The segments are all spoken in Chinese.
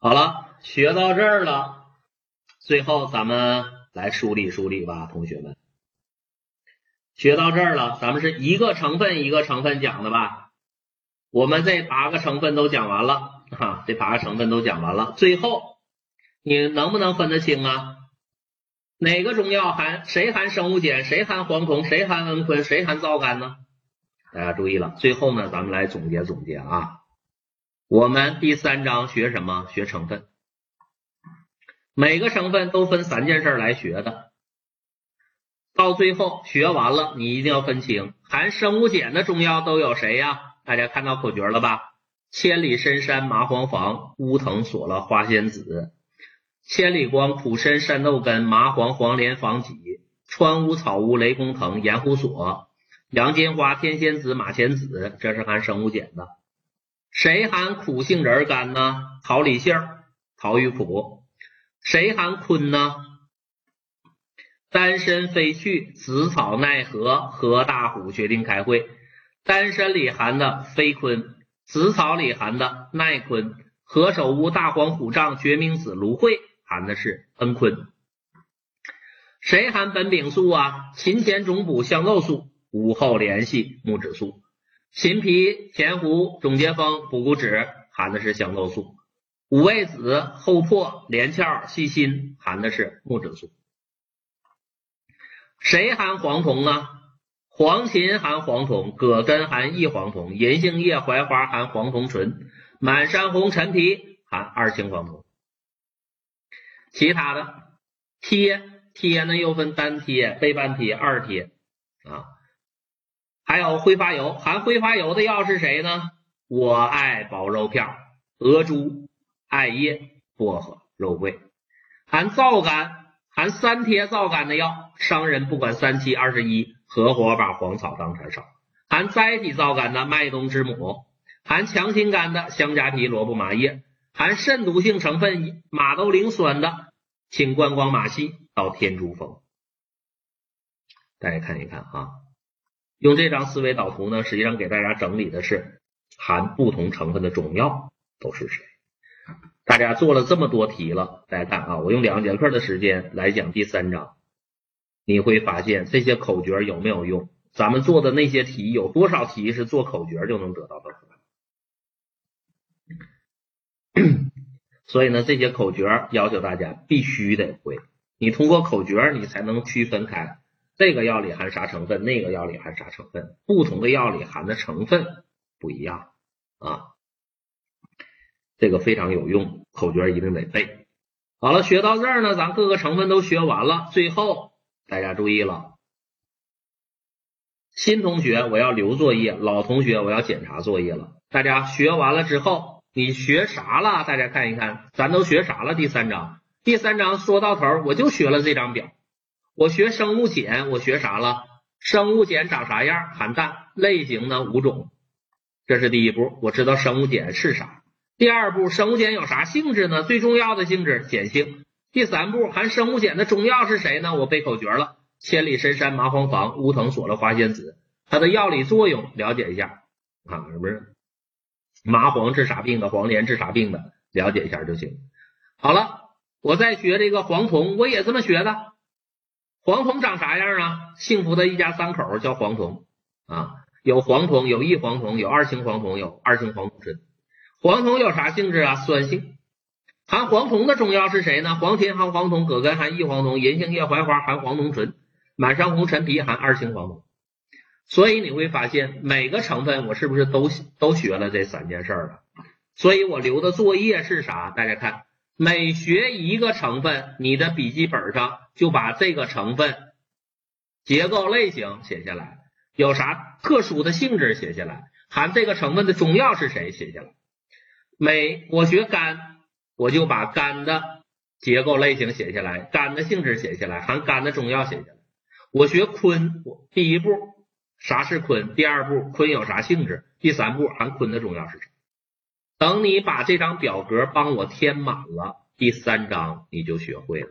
好了，学到这儿了，最后咱们来梳理梳理吧，同学们。学到这儿了，咱们是一个成分一个成分讲的吧？我们这8个成分都讲完了啊，这8个成分都讲完了。最后你能不能分得清啊？哪个中药谁含生物碱，谁含黄酮，谁含蒽醌，谁含皂苷呢？大家注意了，最后呢咱们来总结总结啊。我们第3章学什么？学成分。每个成分都分3件事来学的。到最后学完了，你一定要分清含生物碱的中药都有谁呀？大家看到口诀了吧？千里参山麻黄房，乌藤索了花仙子，千里光苦参山豆根，麻黄黄连防己，川乌草乌雷公藤，盐胡索，洋金花天仙子马钱子，这是含生物碱的。谁含苦杏仁苷呢？桃李杏，桃与苦。谁含醌呢？丹参飞去，紫草奈何，何大虎决定开会。丹参里含的飞醌，紫草里含的奈醌，何首乌大黄虎杖决明子芦荟含的是蒽醌。谁含苯丙素啊？秦前种补香豆素，午后联系木质素。秦皮前胡种结风补骨脂含的是香豆素。五味子后破连翘细辛含的是木质素。谁含黄酮啊？黄芩含黄酮，葛根含异黄酮，银杏叶槐花含黄酮醇，满山红陈皮含二氢黄酮。其他的贴呢又分单贴、倍半贴、二贴啊。还有挥发油，含挥发油的药是谁呢？我爱保肉片、鹅珠、艾叶、薄荷、肉桂。含皂苷，含3贴皂苷的药，商人不管3七21，合伙把黄草当柴烧。含甾体皂苷的麦冬之母，含强心苷的香荚皮、萝卜麻叶，含肾毒性成分马兜铃酸的清冠光马细到天竺蜂。大家看一看啊。用这张思维导图呢，实际上给大家整理的是含不同成分的中药都是谁。大家做了这么多题了，大家看啊，我用2节课的时间来讲第3章，你会发现这些口诀有没有用？咱们做的那些题有多少题是做口诀就能得到的？所以呢，这些口诀要求大家必须得会，你通过口诀你才能区分开这个药里含啥成分，那个药里含啥成分，不同的药里含的成分不一样啊，这个非常有用，口诀一定得背。好了，学到这儿呢，咱各个成分都学完了，最后大家注意了，新同学我要留作业，老同学我要检查作业了。大家学完了之后，你学啥了？大家看一看，咱都学啥了？第3章，第3章说到头我就学了这张表。我学生物碱，我学啥了？生物碱长啥样？含氮，类型呢5种，这是第一步，我知道生物碱是啥。第2步，生物碱有啥性质呢？最重要的性质碱性。第3步，含生物碱的中药是谁呢？我背口诀了，千里参山麻黄房，乌藤索了花仙子。它的药理作用了解一下啊，不是麻黄治啥病的，黄连治啥病的，了解一下就行。好了，我再学这个黄酮，我也这么学的。黄酮长啥样啊？幸福的一家3口叫黄酮啊，有黄酮，有异黄酮，有二氢黄酮，有二氢黄酮醇。黄酮有啥性质啊？酸性。含黄酮的中药是谁呢？黄芩含黄酮，葛根含异黄酮，银杏叶槐花含黄酮醇，满山红陈皮含二氢黄酮。所以你会发现每个成分我是不是都学了这3件事了？所以我留的作业是啥？大家看，每学一个成分，你的笔记本上就把这个成分结构类型写下来，有啥特殊的性质写下来，含这个成分的中药是谁写下来。我学肝，我就把肝的结构类型写下来，肝的性质写下来，含肝的中药写下来。我学醌，第1步啥是醌，第2步醌有啥性质，第3步含醌的中药是啥。等你把这张表格帮我填满了，第3章你就学会了，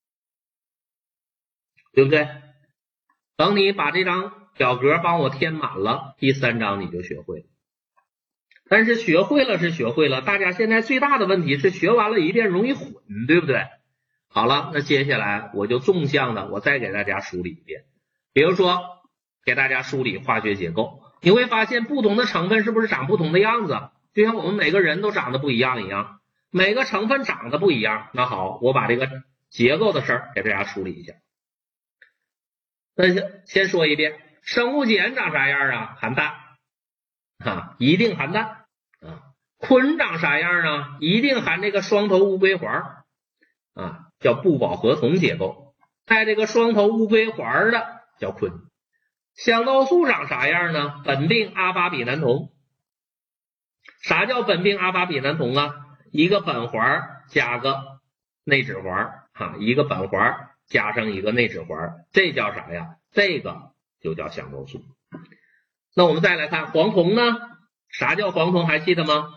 对不对？等你把这张表格帮我填满了，第3章你就学会了。 但是学会了是学会了，大家现在最大的问题是学完了一遍容易混，对不对？好了，那接下来我就纵向的我再给大家梳理一遍。比如说给大家梳理化学结构，你会发现不同的成分是不是长不同的样子，就像我们每个人都长得不一样一样，每个成分长得不一样。那好，我把这个结构的事儿给大家梳理一下。那先说一遍，生物碱长啥样啊？含氮啊，一定含氮啊。醌长啥样啊？一定含这个双头乌龟环啊，叫不饱和酮结构。带这个双头乌龟环的叫醌。香豆素长啥样呢？苯并阿法比南酮。啥叫苯并阿法比南酮啊？一个苯环加个内酯环啊，一个苯环加上一个内酯环，这叫啥呀？这个就叫香豆素。那我们再来看黄酮呢？啥叫黄酮还记得吗？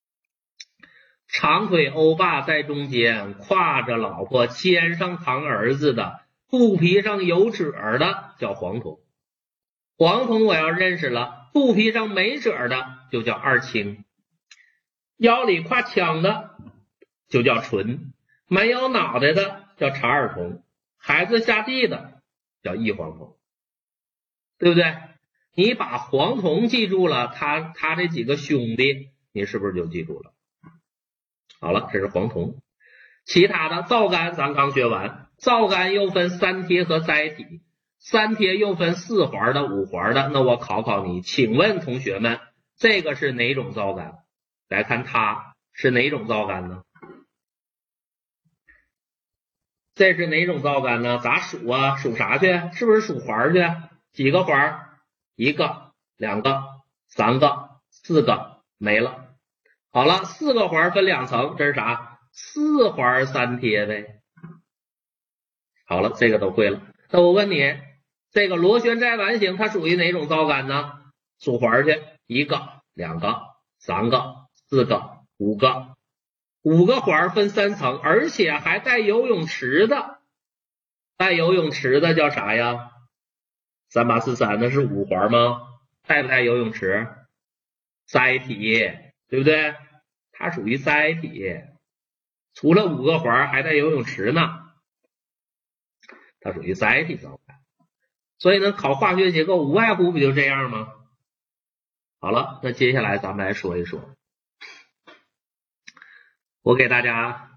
长腿欧巴在中间，挎着老婆肩上扛儿子的，肚皮上有褶的叫黄酮。黄酮我要认识了，肚皮上没褶的就叫二氢，腰里挎枪的就叫醇，没有脑袋的叫茶二酮，孩子下地的叫异黄酮，对不对？你把黄酮记住了，他这几个兄弟你是不是就记住了？好了，这是黄酮。其他的皂苷咱刚学完，皂苷又分三萜和甾体，三萜又分四环的五环的。那我考考你，请问同学们，这个是哪种皂苷？来看它是哪种皂苷呢？这是哪种皂苷呢？咋数啊？数啥去？是不是数环去？几个环？一个、两个、三个、四个，没了。好了，四个环分两层，这是啥？四环三萜呗。好了，这个都会了。那我问你，这个螺旋摘烷型它属于哪种皂苷呢？数环去，一个、两个、三个、四个、五个，五个环分三层，而且还带游泳池的。带游泳池的叫啥呀？3843那是五环吗？带不带游泳池？甾体，对不对？它属于甾体，除了五个环还带游泳池呢，它属于甾体皂苷。所以呢，考化学结构无外乎不就这样吗？好了，那接下来咱们来说一说，我给大家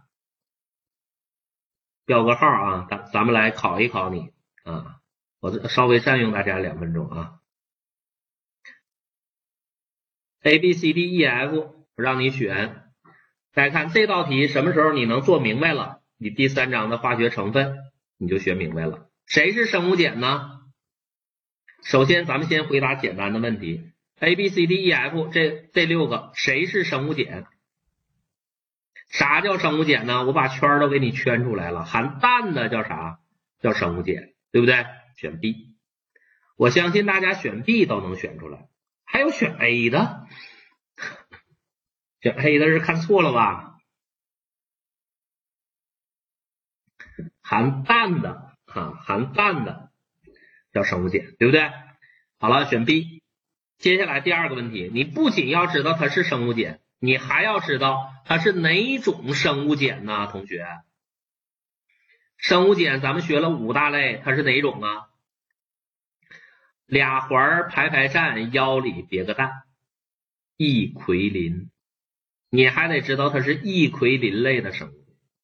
标个号啊，咱们来考一考你啊，我稍微占用大家2分钟啊。A B C D E F 让你选，大家看这道题什么时候你能做明白了，你第3章的化学成分你就学明白了。谁是生物碱呢？首先咱们先回答简单的问题， A B C D E F 这6个谁是生物碱？啥叫生物碱呢？我把圈都给你圈出来了，含氮的叫啥？叫生物碱，对不对？选 B。 我相信大家选 B 都能选出来，还有选 A 的，选 A 的是看错了吧？含氮的含氮的叫生物碱，对不对？好了，选 B。 接下来第2个问题，你不仅要知道它是生物碱，你还要知道它是哪种生物碱呢？同学，生物碱咱们学了5大类，它是哪种啊？俩环排排站，腰里别个蛋，异奎林。你还得知道它是异奎林类的生物，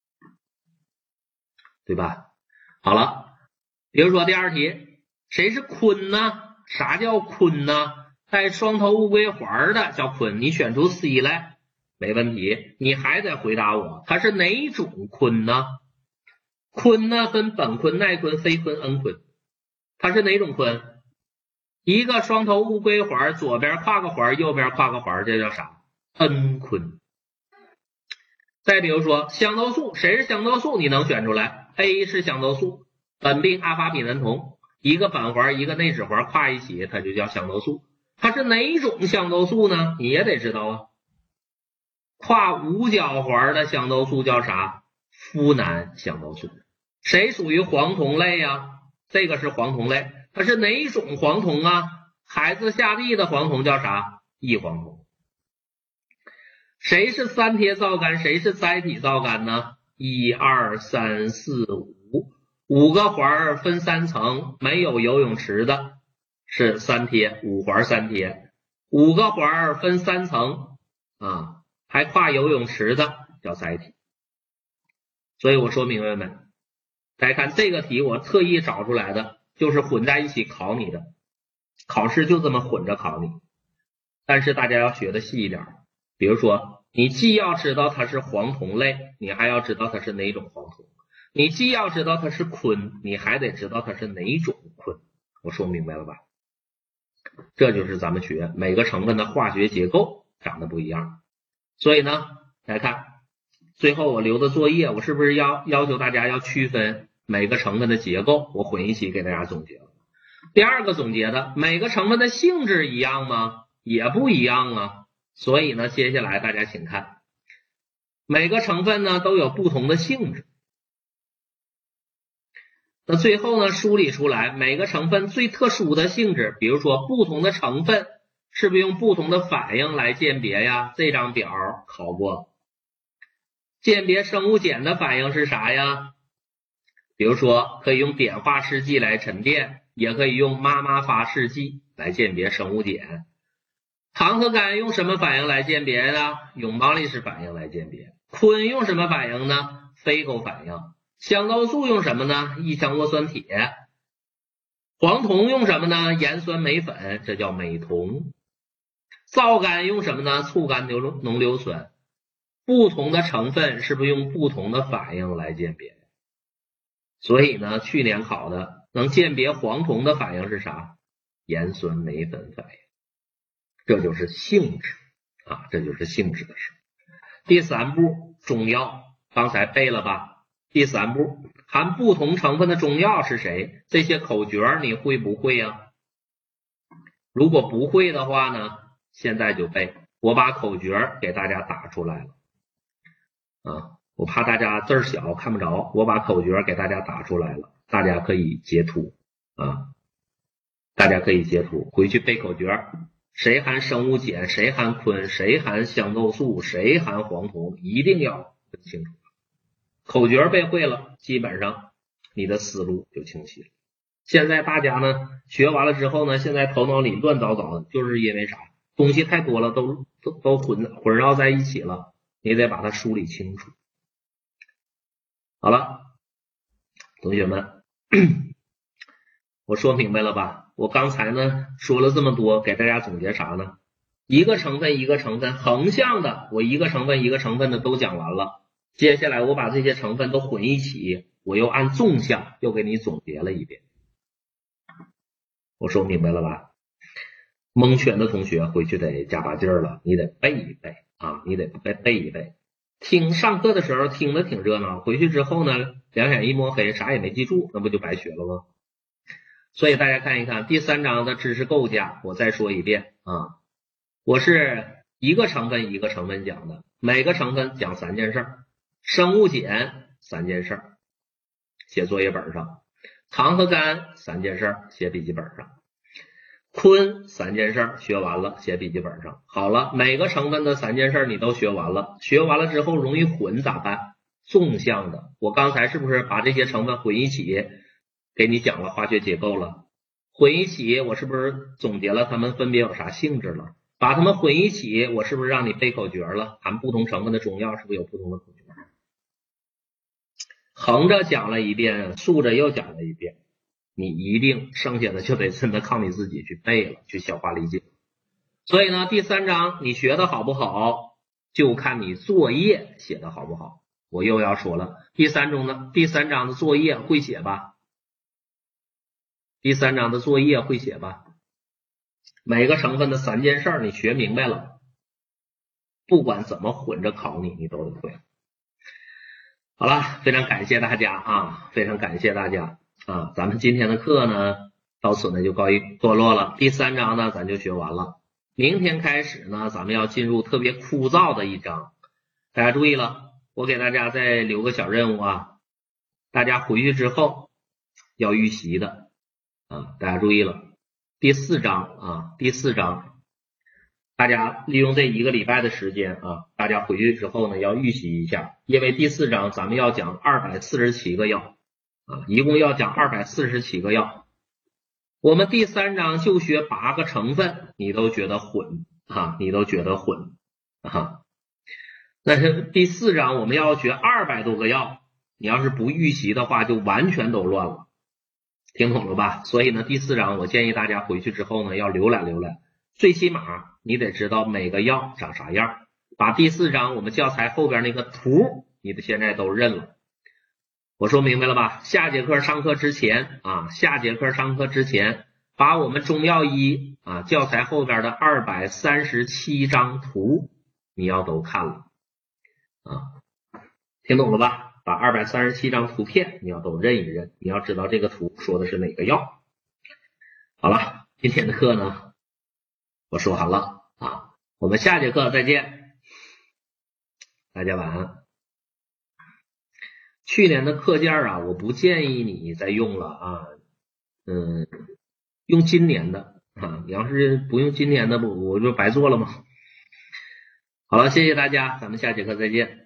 对吧？好了，比如说第2题，谁是醌呢？啥叫醌呢？带双头乌龟环的叫醌，你选出 C 来没问题。你还得回答我，它是哪种醌呢？醌呢分苯醌、耐醌、非醌、蒽醌，它是哪种醌？一个双头乌龟环，左边跨个环，右边跨个环，这叫啥？蒽醌。再比如说香豆素，谁是香豆素？你能选出来？ A 是香豆素，苯并阿法比南酮，一个苯环一个内酯环跨一起，它就叫香豆素。它是哪种香豆素呢？你也得知道啊。跨五角环的香豆素叫啥？呋喃香豆素。谁属于黄酮类啊？这个是黄酮类。它是哪种黄酮啊？孩子下地的黄酮叫啥？异黄酮。 谁是三铁皂苷，谁是载体皂苷呢？1、2、3、4、5，5个环分3层，没有游泳池的是三铁，5环三铁；5个环分3层啊，还跨游泳池的叫载体。所以我说明白没？大家看这个题，我特意找出来的，就是混在一起考你的，考试就这么混着考你。但是大家要学的细一点，比如说你既要知道它是黄铜类，你还要知道它是哪种黄铜；你既要知道它是锌，你还得知道它是哪种锌。我说明白了吧？这就是咱们学每个成分的化学结构长得不一样。所以呢，来看最后我留的作业，我是不是要求大家要区分每个成分的结构？我混一起给大家总结了。第二个总结的，每个成分的性质一样吗？也不一样啊。所以呢，接下来大家请看，每个成分呢都有不同的性质。那最后呢，梳理出来每个成分最特殊的性质，比如说不同的成分是不是用不同的反应来鉴别呀？这张表考过。鉴别生物碱的反应是啥呀？比如说可以用碘化试剂来沉淀，也可以用妈妈发试剂来鉴别生物碱。糖和苷用什么反应来鉴别呢？用毛利氏反应来鉴别。锌用什么反应呢？非勾反应。香豆素用什么呢？异羟弱酸铁。黄酮用什么呢？盐酸镁粉，这叫镁酮。皂苷用什么呢？醋甘浓硫酸。不同的成分是不是用不同的反应来鉴别？所以呢，去年考的能鉴别黄酮的反应是啥？盐酸镁粉反应。这就是性质啊，这就是性质的事。第3步中药，刚才背了吧？第3步含不同成分的中药是谁？这些口诀你会不会啊？如果不会的话呢，现在就背。我把口诀给大家打出来了啊，我怕大家字儿小看不着，我把口诀给大家打出来了，大家可以截图啊，大家可以截图回去背口诀。谁含生物碱，谁含锌，谁含香豆素，谁含黄酮，一定要分清楚。口诀背会了，基本上你的思路就清晰了。现在大家呢学完了之后呢，现在头脑里乱糟糟的，就是因为啥？东西太多了，都混绕在一起了，你得把它梳理清楚。好了，同学们我说明白了吧？我刚才呢说了这么多，给大家总结啥呢？一个成分一个成分横向的，我一个成分一个成分的都讲完了。接下来我把这些成分都混一起，我又按纵向又给你总结了一遍。我说明白了吧？蒙圈的同学回去得加把劲儿了，你得背一背啊，你得背一背。听上课的时候听得挺热闹，回去之后呢两眼一摸黑，啥也没记住，那不就白学了吗？所以大家看一看第3章的知识构架，我再说一遍啊，我是一个成分一个成分讲的，每个成分讲3件事，生物碱3件事，写作业本上；糖和苷3件事，写笔记本上；锌3件事，学完了写笔记本上。好了，每个成分的3件事你都学完了，学完了之后容易混咋办？纵向的，我刚才是不是把这些成分混一起给你讲了化学结构了？混一起我是不是总结了它们分别有啥性质了？把它们混一起我是不是让你背口诀了？含不同成分的中药是不是有不同的口诀？横着讲了一遍，竖着又讲了一遍，你一定剩下的就得真的靠你自己去背了，去消化理解。所以呢，第3章你学的好不好，就看你作业写的好不好。我又要说了，第三章的作业会写吧？第3章的作业会写吧？每个成分的3件事你学明白了，不管怎么混着考你，你都得会。好了，非常感谢大家啊，非常感谢大家啊！咱们今天的课呢，到此呢就告一段落了。第3章呢，咱就学完了。明天开始呢，咱们要进入特别枯燥的一章。大家注意了，我给大家再留个小任务啊，大家回去之后要预习的啊，大家注意了。第4章大家利用这1个礼拜的时间啊，大家回去之后呢要预习一下，因为第4章咱们要讲247个药啊，一共要讲247个药。我们第3章就学8个成分，你都觉得混啊，你都觉得混啊。但是第4章我们要学200多个药，你要是不预习的话，就完全都乱了。听懂了吧？所以呢，第4章我建议大家回去之后呢要浏览浏览，最起码你得知道每个药长啥样，把第4章我们教材后边那个图你的现在都认了。我说明白了吧？下节课上课之前啊，把我们中药1啊教材后边的237张图你要都看了啊，听懂了吧？把237张图片你要都认一认，你要知道这个图说的是哪个药。好了，今天的课呢我说完了啊，我们下节课再见，大家晚安。去年的课件啊，我不建议你再用了啊，用今年的啊，你要是不用今年的，我就白做了吗？好了，谢谢大家，咱们下节课再见。